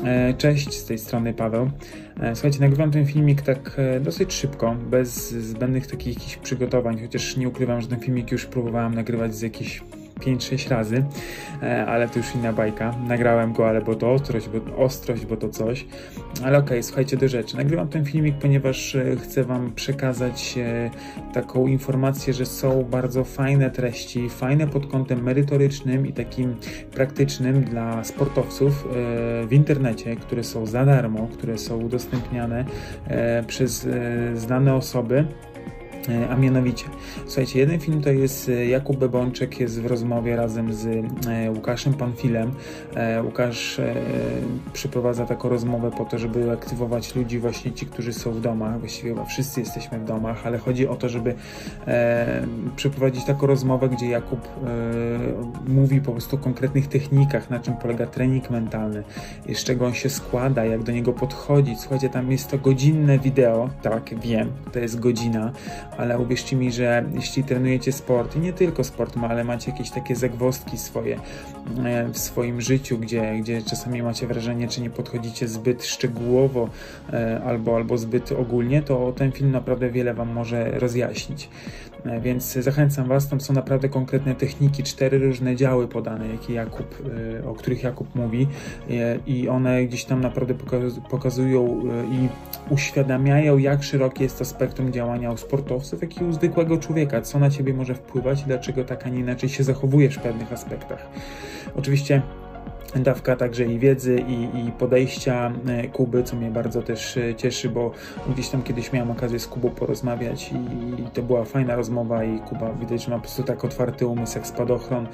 Cześć, z tej strony Paweł. Słuchajcie, nagrywam ten filmik tak dosyć szybko, bez zbędnych takich jakichś przygotowań, chociaż nie ukrywam, że ten filmik już próbowałem nagrywać z jakichś 5-6 razy, ale to już inna bajka. Nagrałem go, ale bo to ostrość, bo to coś. Ale okej, słuchajcie, do rzeczy. Nagrywam ten filmik, ponieważ chcę Wam przekazać taką informację, że są bardzo fajne treści, fajne pod kątem merytorycznym i takim praktycznym dla sportowców w internecie, które są za darmo, które są udostępniane przez znane osoby. A mianowicie, słuchajcie, jeden film to jest Jakub Bebączek, jest w rozmowie razem z Łukaszem Panfilem. Łukasz przeprowadza taką rozmowę po to, żeby aktywować ludzi, właśnie ci, którzy są w domach. Właściwie chyba wszyscy jesteśmy w domach, ale chodzi o to, żeby przeprowadzić taką rozmowę, gdzie Jakub mówi po prostu o konkretnych technikach, na czym polega trening mentalny, z czego on się składa, jak do niego podchodzić. Słuchajcie, tam jest to godzinne wideo, tak, wiem, to jest godzina, ale uwierzcie mi, że jeśli trenujecie sport, i nie tylko sport, ale macie jakieś takie zagwozdki swoje w swoim życiu, gdzie czasami macie wrażenie, czy nie podchodzicie zbyt szczegółowo albo zbyt ogólnie, to ten film naprawdę wiele Wam może rozjaśnić. Więc zachęcam Was, tam są naprawdę konkretne techniki, 4 różne działy podane, o których Jakub mówi, i one gdzieś tam naprawdę pokazują i uświadamiają, jak szerokie jest to spektrum działania u sportowców, jak i u zwykłego człowieka, co na Ciebie może wpływać i dlaczego tak, a nie inaczej się zachowujesz w pewnych aspektach. Oczywiście dawka także i wiedzy i podejścia Kuby, co mnie bardzo też cieszy, bo gdzieś tam kiedyś miałem okazję z Kubą porozmawiać i to była fajna rozmowa i Kuba widać, że ma po prostu tak otwarty umysł jak spadochron.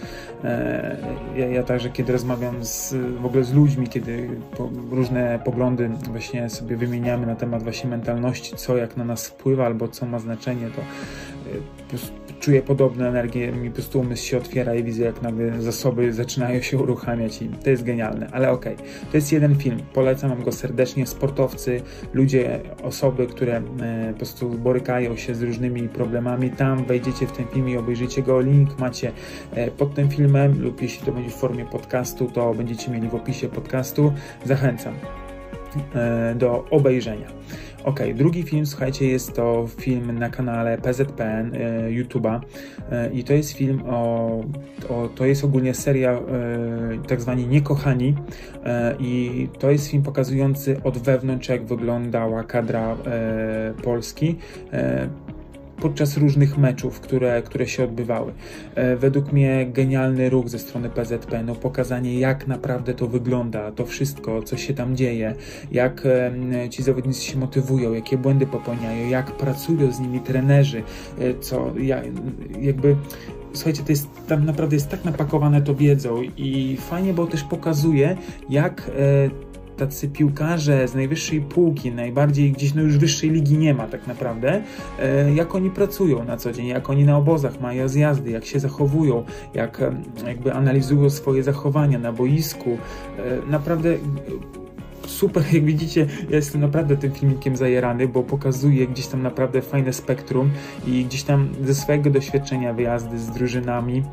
Ja także, kiedy rozmawiam w ogóle z ludźmi, kiedy różne poglądy właśnie sobie wymieniamy na temat właśnie mentalności, co jak na nas wpływa albo co ma znaczenie, to czuję podobne energie, mi po prostu umysł się otwiera i widzę, jak nagle zasoby zaczynają się uruchamiać i to jest genialne, ale okej. To jest jeden film, polecam Wam go serdecznie. Sportowcy, ludzie, osoby, które po prostu borykają się z różnymi problemami, tam wejdziecie w ten film i obejrzyjcie go, link macie pod tym filmem, lub jeśli to będzie w formie podcastu, to będziecie mieli w opisie podcastu. Zachęcam do obejrzenia. Drugi film, słuchajcie, jest to film na kanale PZPN YouTube'a i to jest film to jest ogólnie seria tak zwani Niekochani i to jest film pokazujący od wewnątrz, jak wyglądała kadra Polski podczas różnych meczów, które się odbywały. Według mnie genialny ruch ze strony PZPN-u, pokazanie, jak naprawdę to wygląda, to wszystko, co się tam dzieje, jak ci zawodnicy się motywują, jakie błędy popełniają, jak pracują z nimi trenerzy, słuchajcie, tam naprawdę jest tak napakowane to wiedzą i fajnie, bo też pokazuje, jak tacy piłkarze z najwyższej półki, najbardziej gdzieś już wyższej ligi nie ma tak naprawdę, jak oni pracują na co dzień, jak oni na obozach mają zjazdy, jak się zachowują, jak jakby analizują swoje zachowania na boisku. Naprawdę super, jak widzicie, ja jestem naprawdę tym filmikiem zajarany, bo pokazuje gdzieś tam naprawdę fajne spektrum i gdzieś tam ze swojego doświadczenia wyjazdy z drużyną,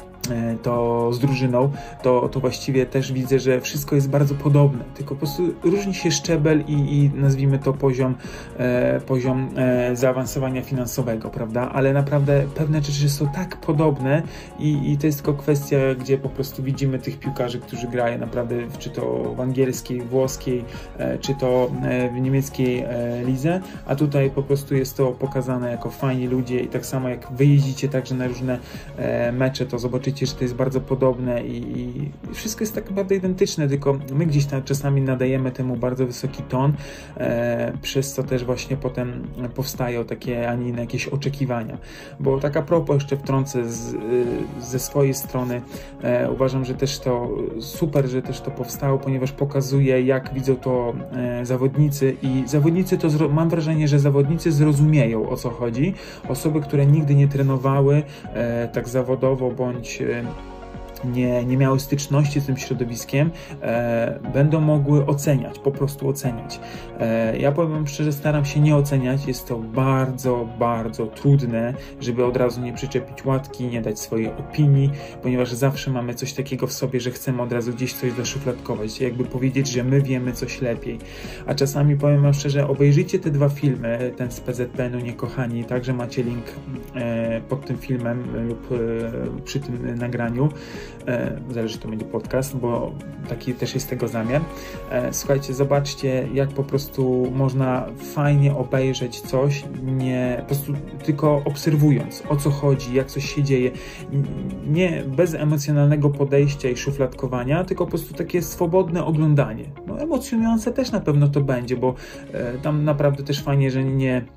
to właściwie też widzę, że wszystko jest bardzo podobne, tylko po prostu różni się szczebel i nazwijmy to poziom zaawansowania finansowego, prawda? Ale naprawdę pewne rzeczy są tak podobne i to jest tylko kwestia, gdzie po prostu widzimy tych piłkarzy, którzy grają naprawdę, czy to w angielskiej, włoskiej, czy to w niemieckiej lidze, a tutaj po prostu jest to pokazane jako fajni ludzie i tak samo jak wyjeździcie także na różne mecze, to zobaczycie, że to jest bardzo podobne i wszystko jest tak naprawdę identyczne, tylko my gdzieś tam czasami nadajemy temu bardzo wysoki ton, przez co też właśnie potem powstają takie, a nie inne jakieś oczekiwania. Bo tak a propos jeszcze wtrącę ze swojej strony, uważam, że też to super, że też to powstało, ponieważ pokazuje, jak widzą to zawodnicy i zawodnicy to, mam wrażenie, że zawodnicy zrozumieją, o co chodzi. Osoby, które nigdy nie trenowały tak zawodowo, bądź nie miały styczności z tym środowiskiem, będą mogły oceniać, po prostu oceniać. Ja powiem wam szczerze, staram się nie oceniać, jest to bardzo, bardzo trudne, żeby od razu nie przyczepić łatki, nie dać swojej opinii, ponieważ zawsze mamy coś takiego w sobie, że chcemy od razu gdzieś coś zaszufladkować, jakby powiedzieć, że my wiemy coś lepiej. A czasami powiem wam szczerze, obejrzyjcie te 2 filmy, ten z PZPN-u Niekochani, także macie link pod tym filmem lub przy tym nagraniu. Zależy, czy to będzie podcast, bo taki też jest tego zamiar. Słuchajcie, zobaczcie, jak po prostu można fajnie obejrzeć coś, nie po prostu tylko obserwując, o co chodzi, jak coś się dzieje. Nie bez emocjonalnego podejścia i szufladkowania, tylko po prostu takie swobodne oglądanie. No, emocjonujące też na pewno to będzie, bo tam naprawdę też fajnie, że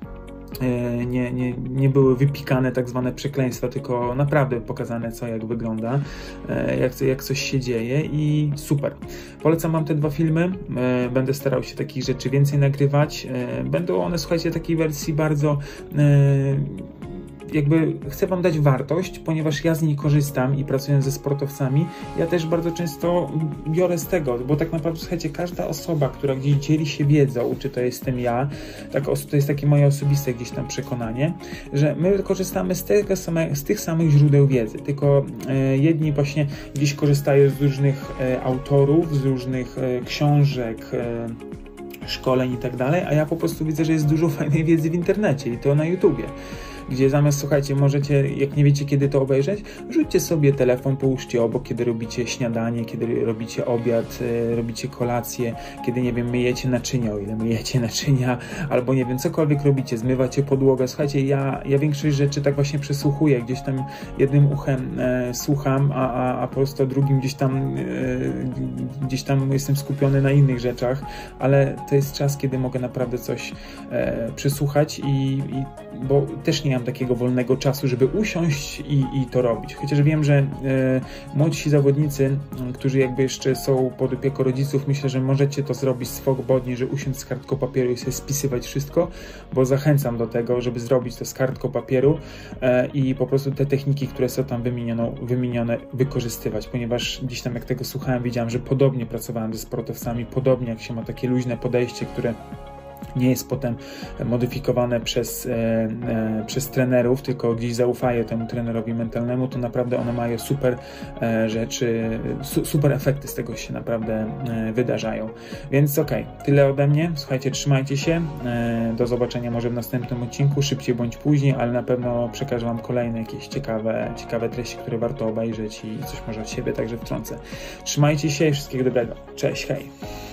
nie były wypikane tak zwane przekleństwa, tylko naprawdę pokazane, co jak wygląda, jak coś się dzieje i super. Polecam wam te 2 filmy, będę starał się takich rzeczy więcej nagrywać. Będą one, słuchajcie, takiej wersji bardzo jakby chcę wam dać wartość, ponieważ ja z niej korzystam i pracując ze sportowcami, ja też bardzo często biorę z tego, bo tak naprawdę, słuchajcie, każda osoba, która gdzieś dzieli się wiedzą, czy to jestem ja, to jest takie moje osobiste gdzieś tam przekonanie, że my korzystamy z tych samych źródeł wiedzy, tylko jedni właśnie gdzieś korzystają z różnych autorów, z różnych książek, szkoleń i tak dalej, a ja po prostu widzę, że jest dużo fajnej wiedzy w internecie i to na YouTubie, gdzie zamiast, słuchajcie, możecie, jak nie wiecie, kiedy to obejrzeć, rzućcie sobie telefon, połóżcie obok, kiedy robicie śniadanie, kiedy robicie obiad, robicie kolację, kiedy, nie wiem, myjecie naczynia, o ile myjecie naczynia, albo nie wiem, cokolwiek robicie, zmywacie podłogę. Słuchajcie, ja większość rzeczy tak właśnie przesłuchuję, gdzieś tam jednym uchem słucham, a po prostu drugim gdzieś tam jestem skupiony na innych rzeczach, ale to jest czas, kiedy mogę naprawdę coś przesłuchać bo też nie mam takiego wolnego czasu, żeby usiąść i to robić. Chociaż wiem, że młodsi zawodnicy, którzy jakby jeszcze są pod opieką rodziców, myślę, że możecie to zrobić swobodnie, że usiąść z kartką papieru i sobie spisywać wszystko, bo zachęcam do tego, żeby zrobić to z kartką papieru i po prostu te techniki, które są tam wymienione, wykorzystywać, ponieważ gdzieś tam jak tego słuchałem, widziałem, że podobnie pracowałem ze sportowcami, podobnie jak się ma takie luźne podejście, które nie jest potem modyfikowane przez trenerów, tylko gdzieś zaufają temu trenerowi mentalnemu, to naprawdę one mają super rzeczy, super efekty z tego się naprawdę wydarzają. Więc okej, tyle ode mnie. Słuchajcie, trzymajcie się. Do zobaczenia może w następnym odcinku, szybciej bądź później, ale na pewno przekażę wam kolejne jakieś ciekawe treści, które warto obejrzeć i coś może od siebie także wtrącę. Trzymajcie się i wszystkiego dobrego. Cześć, hej!